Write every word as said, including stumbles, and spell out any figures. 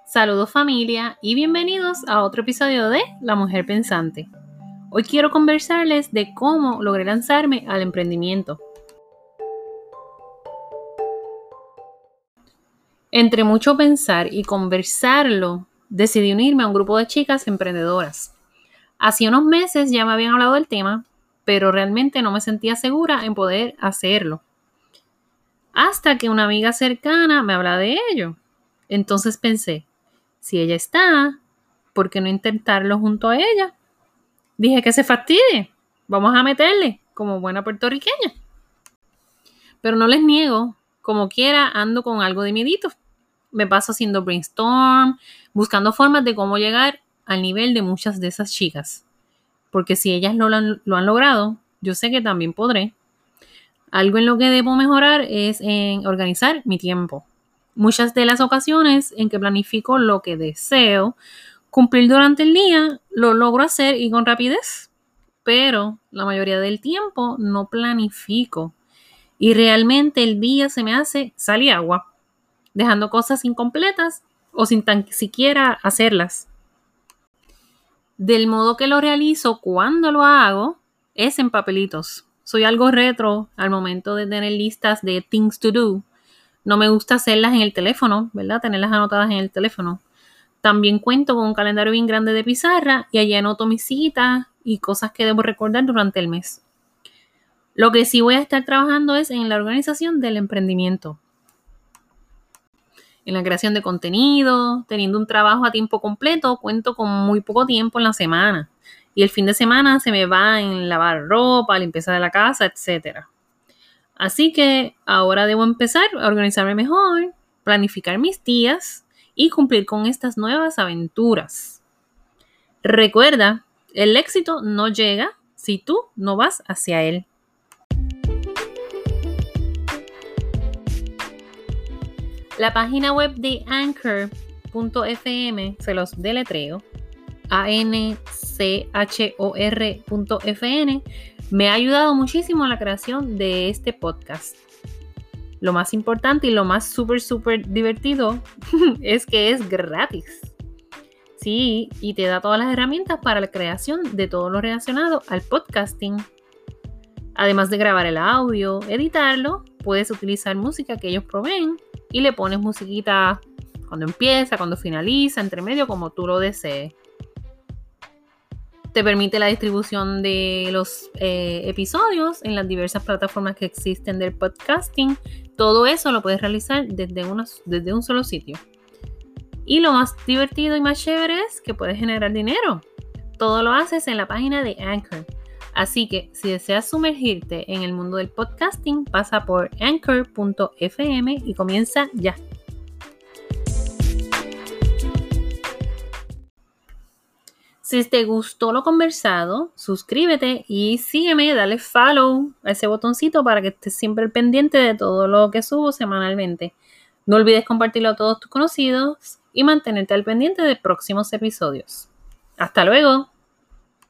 Saludos familia y bienvenidos a otro episodio de La Mujer Pensante. Hoy quiero conversarles de cómo logré lanzarme al emprendimiento. Entre mucho pensar y conversarlo, decidí unirme a un grupo de chicas emprendedoras. Hacía unos meses ya me habían hablado del tema, pero realmente no me sentía segura en poder hacerlo. Hasta que una amiga cercana me habla de ello. Entonces pensé, si ella está, ¿por qué no intentarlo junto a ella? Dije que se fastidie, vamos a meterle como buena puertorriqueña. Pero no les niego, como quiera ando con algo de miedito. Me paso haciendo brainstorm, buscando formas de cómo llegar al nivel de muchas de esas chicas. Porque si ellas lo han, lo han logrado, yo sé que también podré. Algo en lo que debo mejorar es en organizar mi tiempo. Muchas de las ocasiones en que planifico lo que deseo cumplir durante el día, lo logro hacer y con rapidez. Pero la mayoría del tiempo no planifico. Y realmente el día se me hace sal y agua, dejando cosas incompletas o sin tan siquiera hacerlas. Del modo que lo realizo cuando lo hago es en papelitos. Soy algo retro al momento de tener listas de things to do. No me gusta hacerlas en el teléfono, ¿verdad? Tenerlas anotadas en el teléfono. También cuento con un calendario bien grande de pizarra y allí anoto mis citas y cosas que debo recordar durante el mes. Lo que sí voy a estar trabajando es en la organización del emprendimiento. En la creación de contenido, teniendo un trabajo a tiempo completo, cuento con muy poco tiempo en la semana. Y el fin de semana se me va en lavar ropa, limpieza de la casa, etcétera. Así que ahora debo empezar a organizarme mejor, planificar mis días y cumplir con estas nuevas aventuras. Recuerda, el éxito no llega si tú no vas hacia él. La página web de anchor punto f m, se los deletreo, a n c h o r punto f m, me ha ayudado muchísimo en la creación de este podcast. Lo más importante y lo más súper, súper divertido es que es gratis. Sí, y te da todas las herramientas para la creación de todo lo relacionado al podcasting. Además de grabar el audio, editarlo, puedes utilizar música que ellos proveen y le pones musiquita cuando empieza, cuando finaliza, entre medio, como tú lo desees. Te permite la distribución de los eh, episodios en las diversas plataformas que existen del podcasting. Todo eso lo puedes realizar desde, una, desde un solo sitio. Y lo más divertido y más chévere es que puedes generar dinero. Todo lo haces en la página de Anchor. Así que si deseas sumergirte en el mundo del podcasting, pasa por anchor punto f m y comienza ya. Si te gustó lo conversado, suscríbete y sígueme, dale follow a ese botoncito para que estés siempre al pendiente de todo lo que subo semanalmente. No olvides compartirlo a todos tus conocidos y mantenerte al pendiente de próximos episodios. ¡Hasta luego!